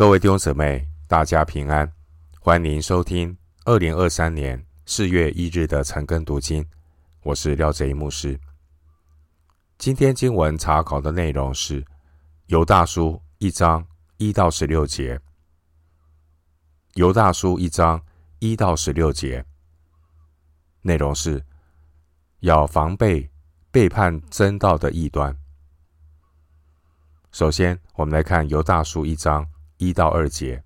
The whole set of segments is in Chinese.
各位弟兄姊妹，大家平安，欢迎收听2023年4月1日的晨更读经。我是廖哲一牧师。今天经文查考的内容是犹大书1章1到16节。犹大书1章1到16节，内容是要防备背叛真道的异端。首先，我们来看犹大书1章1到2节。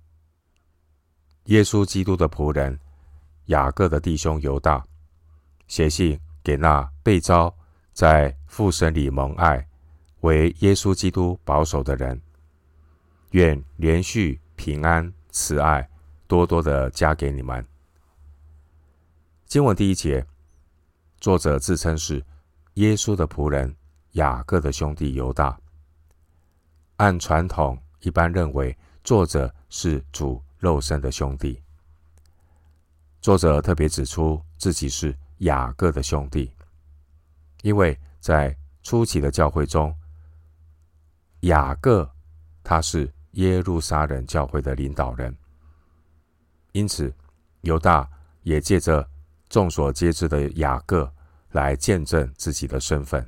耶稣基督的仆人雅各的弟兄犹大，写信给那被召在父神里蒙爱，为耶稣基督保守的人，愿连续平安慈爱多多的加给你们。经文第1节，作者自称是耶稣的仆人雅各的兄弟犹大。按传统一般认为作者是主肉身的兄弟。作者特别指出自己是雅各的兄弟，因为在初期的教会中，雅各他是耶路撒冷教会的领导人，因此犹大也借着众所皆知的雅各来见证自己的身份。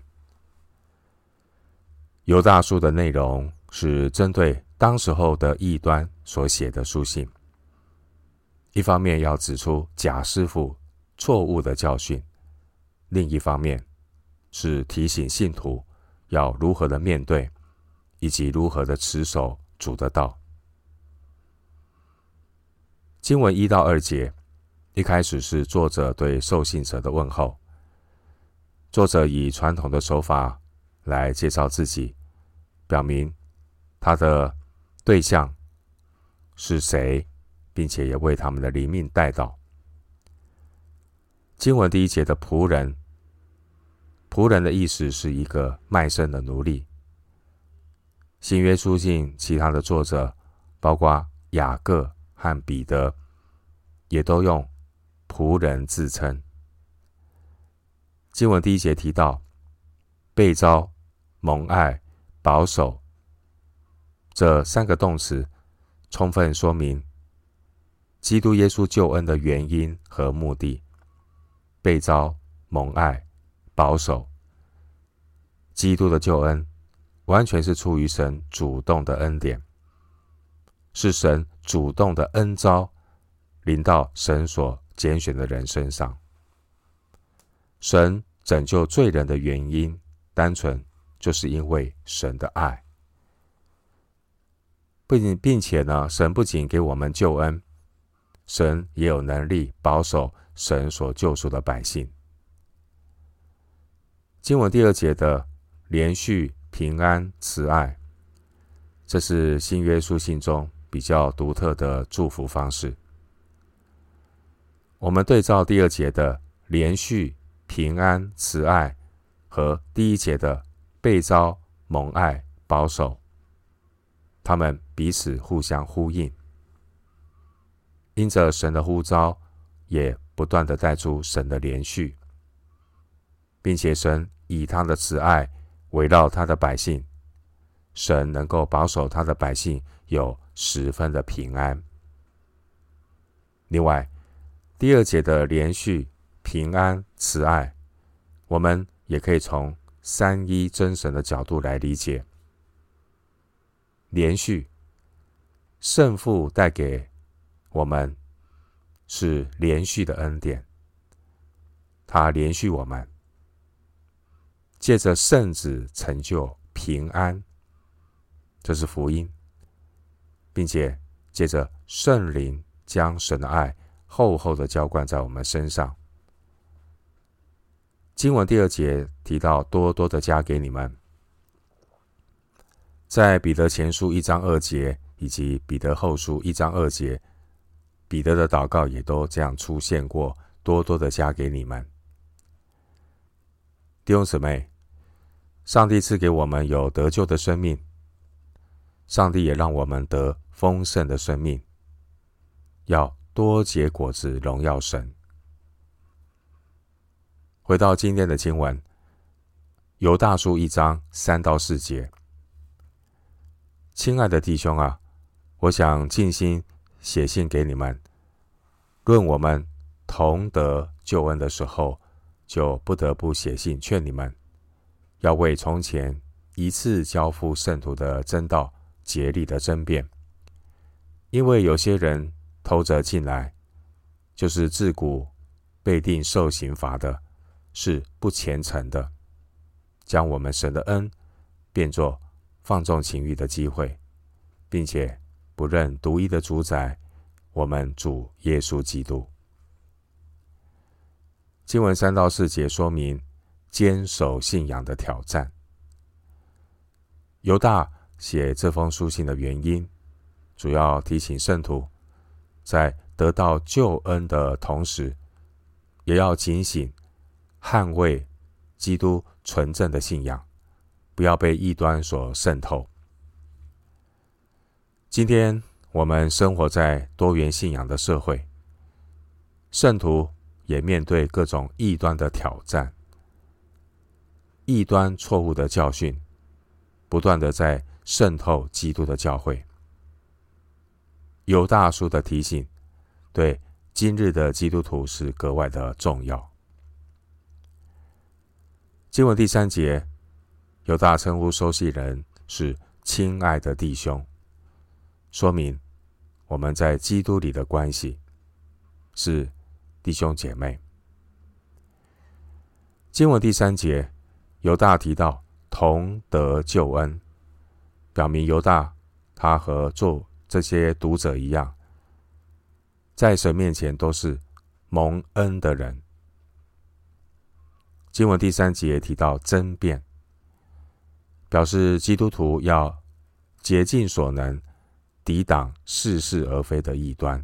犹大书的内容是针对当时候的异端所写的书信，一方面要指出假师傅错误的教训，另一方面是提醒信徒要如何的面对，以及如何的持守主的道。经文1到2节，一开始是作者对受信者的问候。作者以传统的手法来介绍自己，表明他的对象是谁，并且也为他们的灵命代祷。经文第1节的仆人，仆人的意思是一个卖身的奴隶。新约书信其他的作者，包括雅各和彼得，也都用仆人自称。经文第1节提到被召、蒙爱、保守这3个动词，充分说明基督耶稣救恩的原因和目的。被召、蒙爱、保守，基督的救恩完全是出于神主动的恩典，是神主动的恩召临到神所拣选的人身上。神拯救罪人的原因，单纯就是因为神的爱，并且呢，神不仅给我们救恩，神也有能力保守神所救赎的百姓。经文第2节的连续平安慈爱，这是新约书信中比较独特的祝福方式。我们对照第2节的连续平安慈爱和第1节的被召蒙爱保守，他们彼此互相呼应，因着神的呼召，也不断地带出神的连续，并且神以他的慈爱围绕他的百姓，神能够保守他的百姓有十分的平安。另外，第2节的连续平安慈爱，我们也可以从三一真神的角度来理解。连续，圣父带给我们是连续的恩典，他连续我们，借着圣子成就平安，这是福音，并且借着圣灵将神的爱厚厚的浇灌在我们身上。经文第2节提到多多的加给你们，在彼得前书1章2节以及彼得后书1章2节，彼得的祷告也都这样出现过，多多的加给你们。弟兄姊妹，上帝赐给我们有得救的生命，上帝也让我们得丰盛的生命，要多结果子荣耀神。回到今天的经文，犹大书1章3到4节。亲爱的弟兄啊， 我想尽心写信给你们，论我们同得救恩的时候，就不得不写信劝你们，要为从前一次交付圣徒的真道竭力的争辩，因为有些人偷着进来，就是自古被定受刑罚的，是不虔诚的，将我们神的恩变作放纵情欲的机会，并且不认独一的主宰，我们主耶稣基督。经文3到4节说明坚守信仰的挑战。犹大写这封书信的原因，主要提醒圣徒，在得到救恩的同时，也要警醒捍卫基督纯正的信仰，不要被异端所渗透。今天我们生活在多元信仰的社会，圣徒也面对各种异端的挑战，异端错误的教训不断的在渗透基督的教会。犹大书的提醒对今日的基督徒是格外的重要。经文第3节，犹大称呼收信人是亲爱的弟兄，说明我们在基督里的关系是弟兄姐妹。经文第3节，犹大提到同得救恩，表明犹大他和做这些读者一样，在神面前都是蒙恩的人。经文第3节提到争辩，表示基督徒要竭尽所能抵挡似是而非的异端。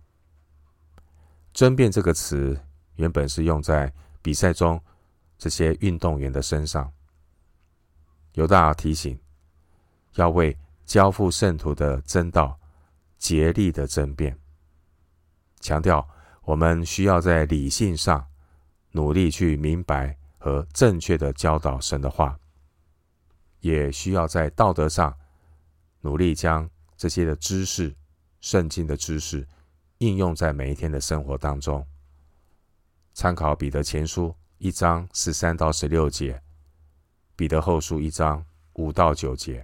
争辩这个词原本是用在比赛中这些运动员的身上。犹大提醒，要为交付圣徒的真道竭力的争辩，强调我们需要在理性上努力去明白和正确的教导神的话，也需要在道德上努力将这些的知识，圣经的知识应用在每一天的生活当中。参考彼得前书1章13到16节，彼得后书1章5到9节。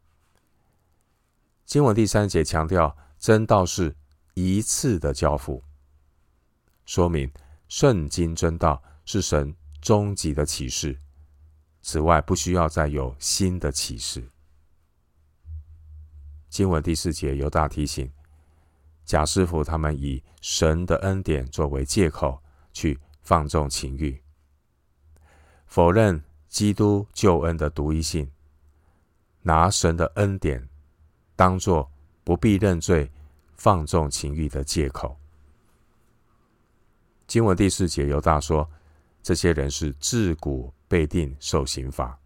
经文第3节强调真道是一次的交付，说明圣经真道是神终极的启示，此外不需要再有新的启示。经文第4节，犹大提醒假师傅他们以神的恩典作为借口去放纵情欲，否认基督救恩的独一性，拿神的恩典当作不必认罪放纵情欲的借口。经文第4节，犹大说这些人是自古被定受刑罚。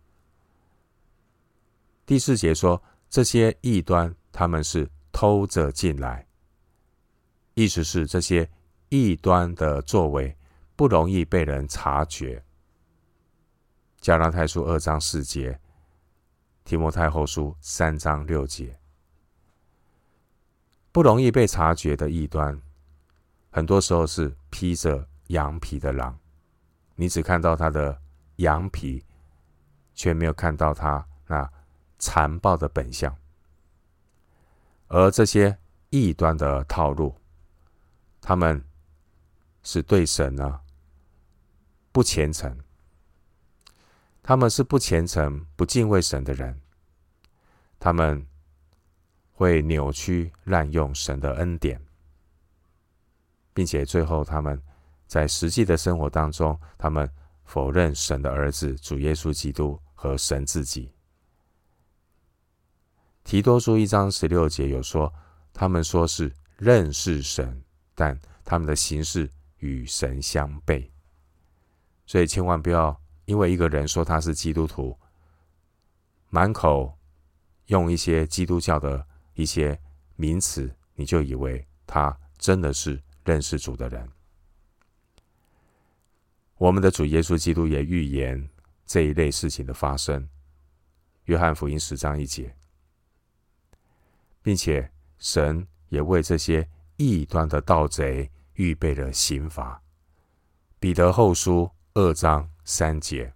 第4节说这些异端他们是偷着进来，意思是这些异端的作为不容易被人察觉。加拉太书2章4节，提摩太后书3章6节。不容易被察觉的异端，很多时候是披着羊皮的狼，你只看到他的羊皮，却没有看到他那残暴的本相。而这些异端的套路，他们是对神不虔诚，他们是不虔诚、不敬畏神的人，他们会扭曲、滥用神的恩典，并且最后他们在实际的生活当中，他们否认神的儿子主耶稣基督和神自己。提多书1章16节有说，他们说是认识神，但他们的行事与神相悖。所以千万不要因为一个人说他是基督徒，满口用一些基督教的一些名词，你就以为他真的是认识主的人。我们的主耶稣基督也预言这一类事情的发生，约翰福音10章1节，并且神也为这些异端的盗贼预备了刑罚。彼得后书2章3节。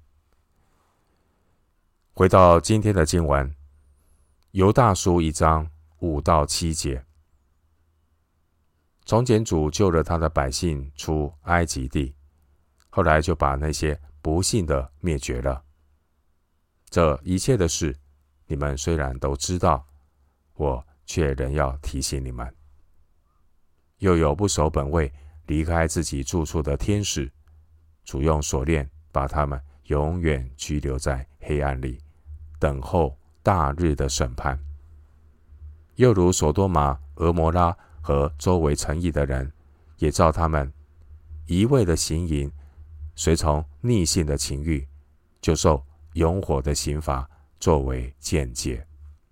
回到今天的经文，犹大书1章5到7节。从前主救了他的百姓出埃及地，后来就把那些不信的灭绝了。这一切的事，你们虽然都知道，我却仍要提醒你们。又有不守本位、离开自己住处的天使，主用锁链把他们永远拘留在黑暗里，等候大日的审判。又如所多玛、俄摩拉和周围城邑的人，也照他们一味的行淫，随从逆性的情欲，就受永火的刑罚作为鉴戒。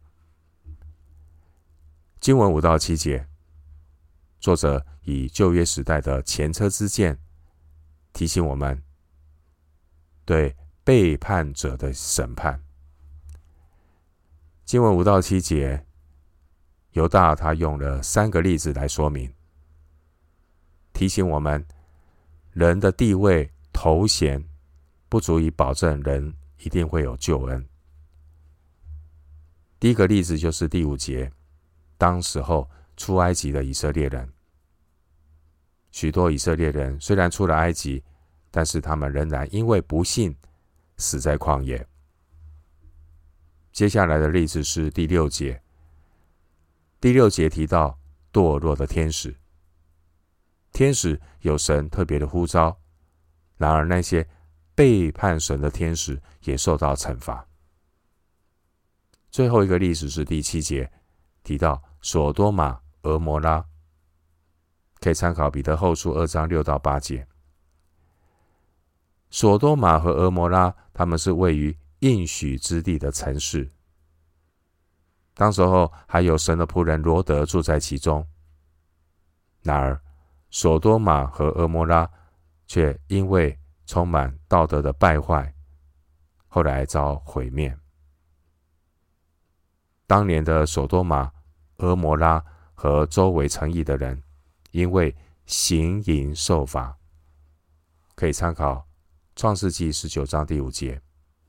经文5到7节，作者以旧约时代的前车之鉴，提醒我们对背叛者的审判。经文5到7节，犹大他用了3个例子来说明，提醒我们人的地位、头衔不足以保证人一定会有救恩。第一个例子就是第5节，当时候出埃及的以色列人。许多以色列人虽然出了埃及，但是他们仍然因为不信死在旷野。接下来的例子是第6节。第6节提到堕落的天使。天使有神特别的呼召，然而那些背叛神的天使也受到惩罚。最后一个例子是第7节，提到所多玛、俄摩拉，可以参考彼得后书2章6到8节。所多玛和俄摩拉，他们是位于应许之地的城市，当时候还有神的仆人罗德住在其中。然而所多玛和俄摩拉却因为充满道德的败坏，后来遭毁灭。当年的所多玛、俄摩拉和周围城邑的人，因为行淫受罚，可以参考创世纪19章第5节。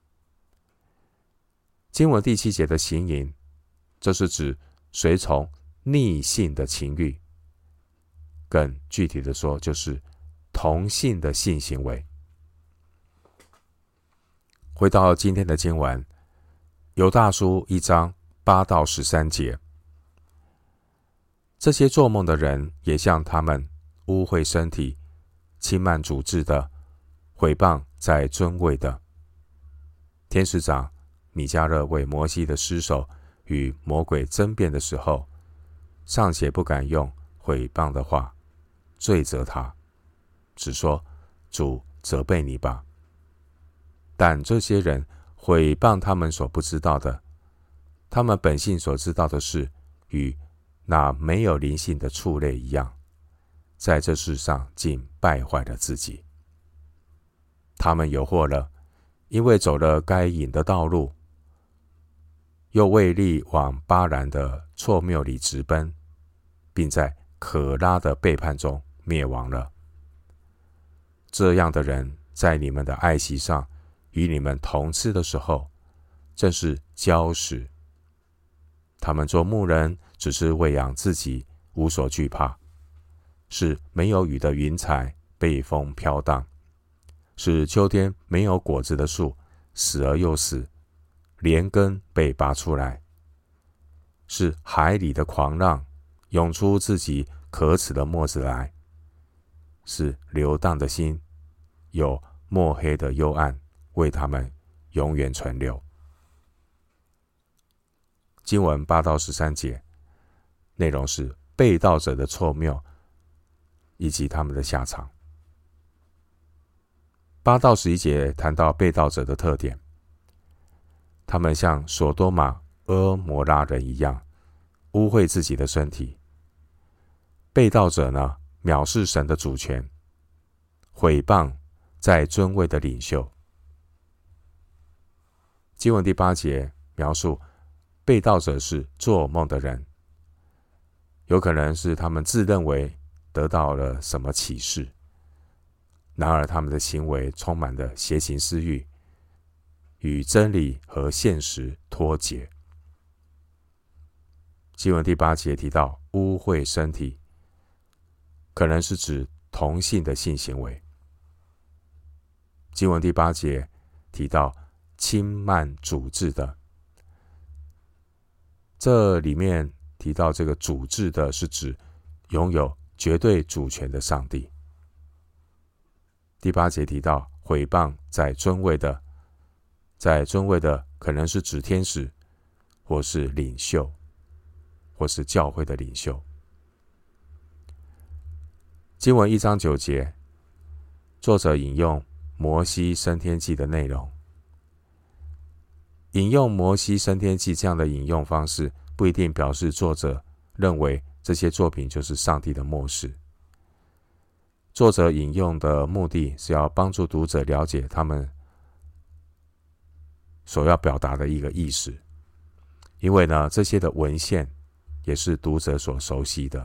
经文第7节的行淫，这是指随从逆性的情欲，更具体的说，就是同性的性行为。回到今天的经文，犹大书1章8到13节。这些做梦的人也像他们污秽身体、轻慢主治的、毁谤在尊位的。天使长米迦勒为摩西的尸首与魔鬼争辩的时候，尚且不敢用毁谤的话罪责他，只说主责备你吧。但这些人毁谤他们所不知道的，他们本性所知道的事，与那没有灵性的畜类一样，在这世上竟败坏了自己。他们有祸了，因为走了该隐的道路，又为力往巴兰的错谬里直奔，并在可拉的背叛中灭亡了。这样的人在你们的爱席上与你们同吃的时候，正是礁石。他们做牧人，只是喂养自己，无所惧怕，是没有雨的云彩被风飘荡，是秋天没有果子的树死而又死，连根被拔出来，是海里的狂浪涌出自己可耻的沫子来，是流荡的心，有墨黑的幽暗为他们永远存留。经文8到13节，内容是背道者的错谬以及他们的下场。8到11节谈到背道者的特点，他们像所多玛、俄摩拉人一样，污秽自己的身体。背道者呢，藐视神的主权，毁谤在尊位的领袖。经文第8节描述背道者是做梦的人， 有可能是他们自认为得到了什么启示，然而他们的行为充满了邪情私欲，与真理和现实脱节。经文第8节提到污秽身体，可能是指同性的性行为。经文第8节提到轻慢主治的，这里面提到这个主治的是指拥有绝对主权的上帝。第8节提到毁谤在尊位的，在尊位的可能是指天使，或是领袖，或是教会的领袖。经文1章9节，作者引用摩西升天记的内容。引用摩西升天记这样的引用方式，不一定表示作者认为这些作品就是上帝的默示。作者引用的目的是要帮助读者了解他们所要表达的一个意思，因为呢，这些的文献也是读者所熟悉的。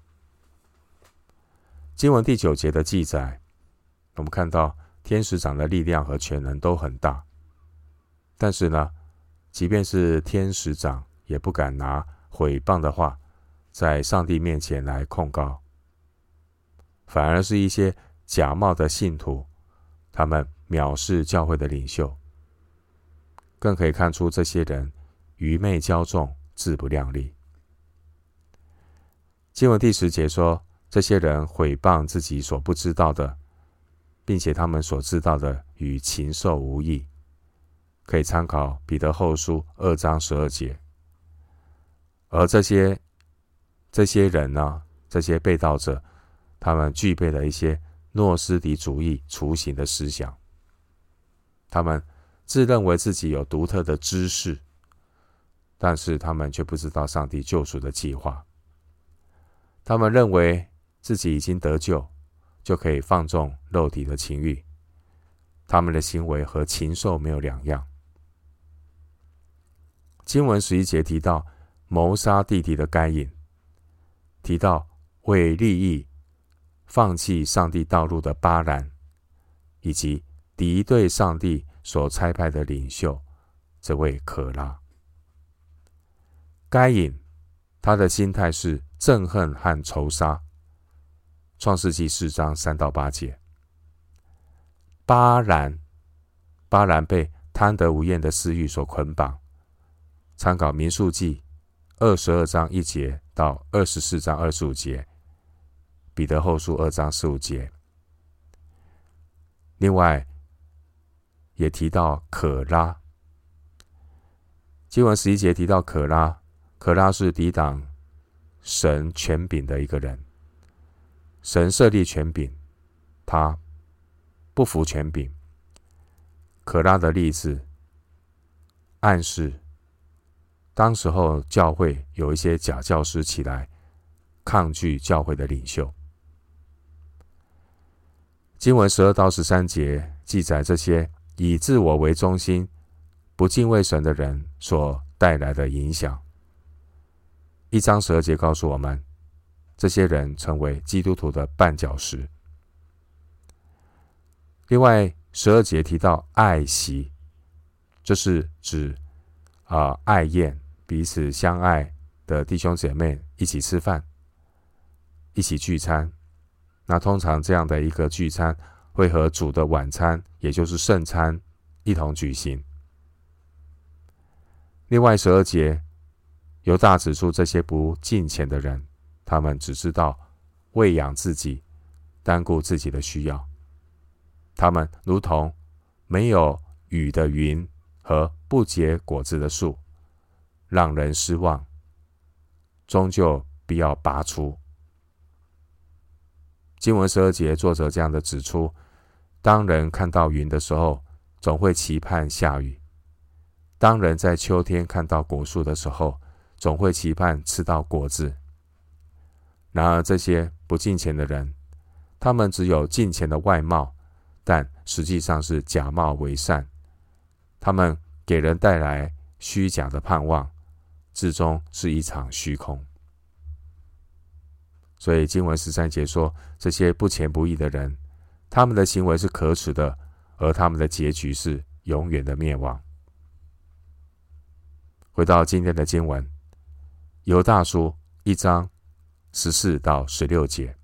经文第9节的记载，我们看到天使长的力量和权能都很大，但是呢，即便是天使长也不敢拿毁谤的话在上帝面前来控告，反而是一些假冒的信徒，他们藐视教会的领袖，更可以看出这些人愚昧骄纵，自不量力。经文第10节说，这些人毁谤自己所不知道的，并且他们所知道的与禽兽无异，可以参考彼得后书2章12节。而这些人呢，这些被盗者，他们具备了一些诺斯底主义雏形的思想，他们自认为自己有独特的知识，但是他们却不知道上帝救赎的计划。他们认为自己已经得救，就可以放纵肉体的情欲，他们的行为和禽兽没有两样。经文11节提到谋杀弟弟的该隐，提到为利益放弃上帝道路的巴兰，以及敌对上帝所差派的领袖这位可拉。该隐他的心态是憎恨和仇杀，创世纪4章3到8节。巴兰被贪得无厌的私欲所捆绑，参考民数记22章1节到24章25节，彼得后书2章15节。另外也提到可拉，经文11节提到可拉是抵挡神权柄的一个人。神设立权柄，他不服权柄。可拉的例子暗示当时候教会有一些假教师起来抗拒教会的领袖。经文12到13节记载这些以自我为中心、不敬畏神的人所带来的影响。1章12节告诉我们，这些人成为基督徒的绊脚石。另外12节提到爱席，这是指爱宴，彼此相爱的弟兄姐妹一起吃饭，一起聚餐。那通常这样的一个聚餐会和主的晚餐，也就是圣餐一同举行。另外12节犹大指出这些不敬虔的人，他们只知道喂养自己，单顾自己的需要。他们如同没有雨的云和不结果子的树，让人失望，终究必要拔除。经文12节作者这样的指出，当人看到云的时候，总会期盼下雨；当人在秋天看到果树的时候，总会期盼吃到果子。然而这些不敬虔的人，他们只有敬虔的外貌，但实际上是假冒为善。他们给人带来虚假的盼望，至终是一场虚空。 所以经文13节说，这些不虔不义的人，他们的行为是可耻的，而他们的结局是永远的灭亡。回到今天的经文，犹大书1章14到16节，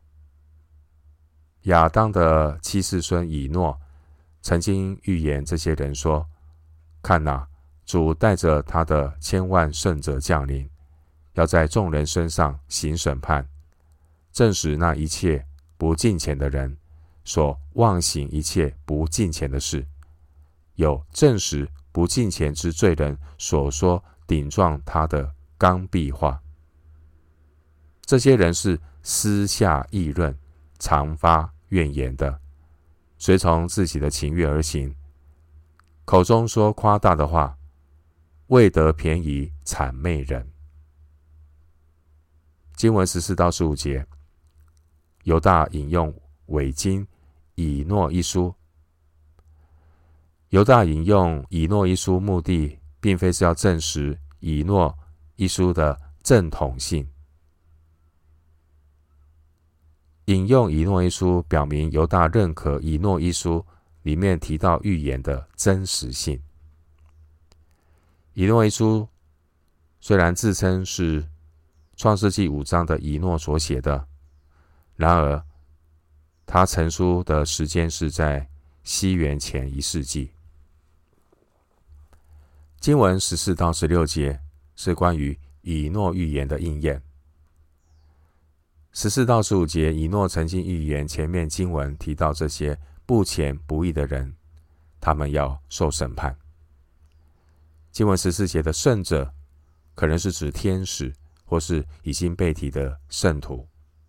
亚当的7世孙以诺曾经预言这些人说：看哪，主带着他的千万圣者降临，要在众人身上行审判，证实那一切不敬虔的人所妄行一切不敬虔的事，有证实不敬虔之罪人所说顶撞他的刚愎话。这些人是私下议论，常发怨言的，随从自己的情欲而行，口中说夸大的话，为得便宜谄媚人。经文14到15节，犹大引用伪经以诺一书。犹大引用以诺一书，目的并非是要证实以诺一书的正统性。引用以诺一书，表明犹大认可以诺一书里面提到预言的真实性。以诺一书虽然自称是创世纪5章的以诺所写的，然而他成书的时间是在西元前1世纪。经文14到16节是关于以诺预言的应验。14到15节，以诺曾经预言前面经文提到这些不虔不义的人，他们要受审判。经文14节的圣者，可能是指天使，或是已经被提的圣徒。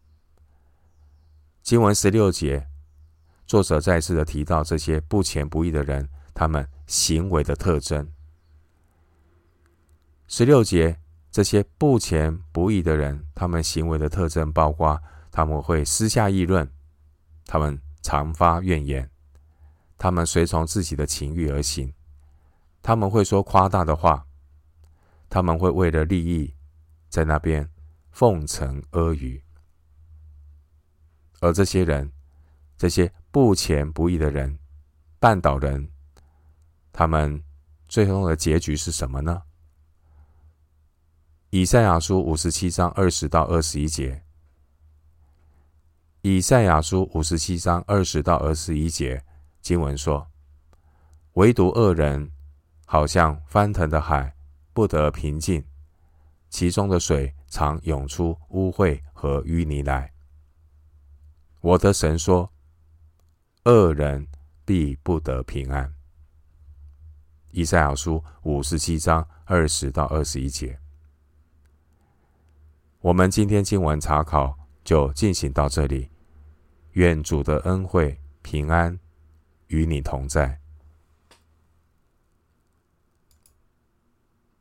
经文16节，作者再次的提到这些不虔不义的人，他们行为的特征。16节，这些不虔不义的人，他们行为的特征包括他们会私下议论，他们常发怨言，他们随从自己的情欲而行，他们会说夸大的话，他们会为了利益在那边奉承阿谀。而这些人，这些不虔不义的人，绊倒人，他们最终的结局是什么呢？以赛亚书57章20到21节，以赛亚书57章20到21节，经文说：唯独恶人好像翻腾的海，不得平静，其中的水常涌出污秽和淤泥来。我的神说，恶人必不得平安。以赛亚书57章20到21节。我们今天经文查考就进行到这里，愿主的恩惠平安与你同在。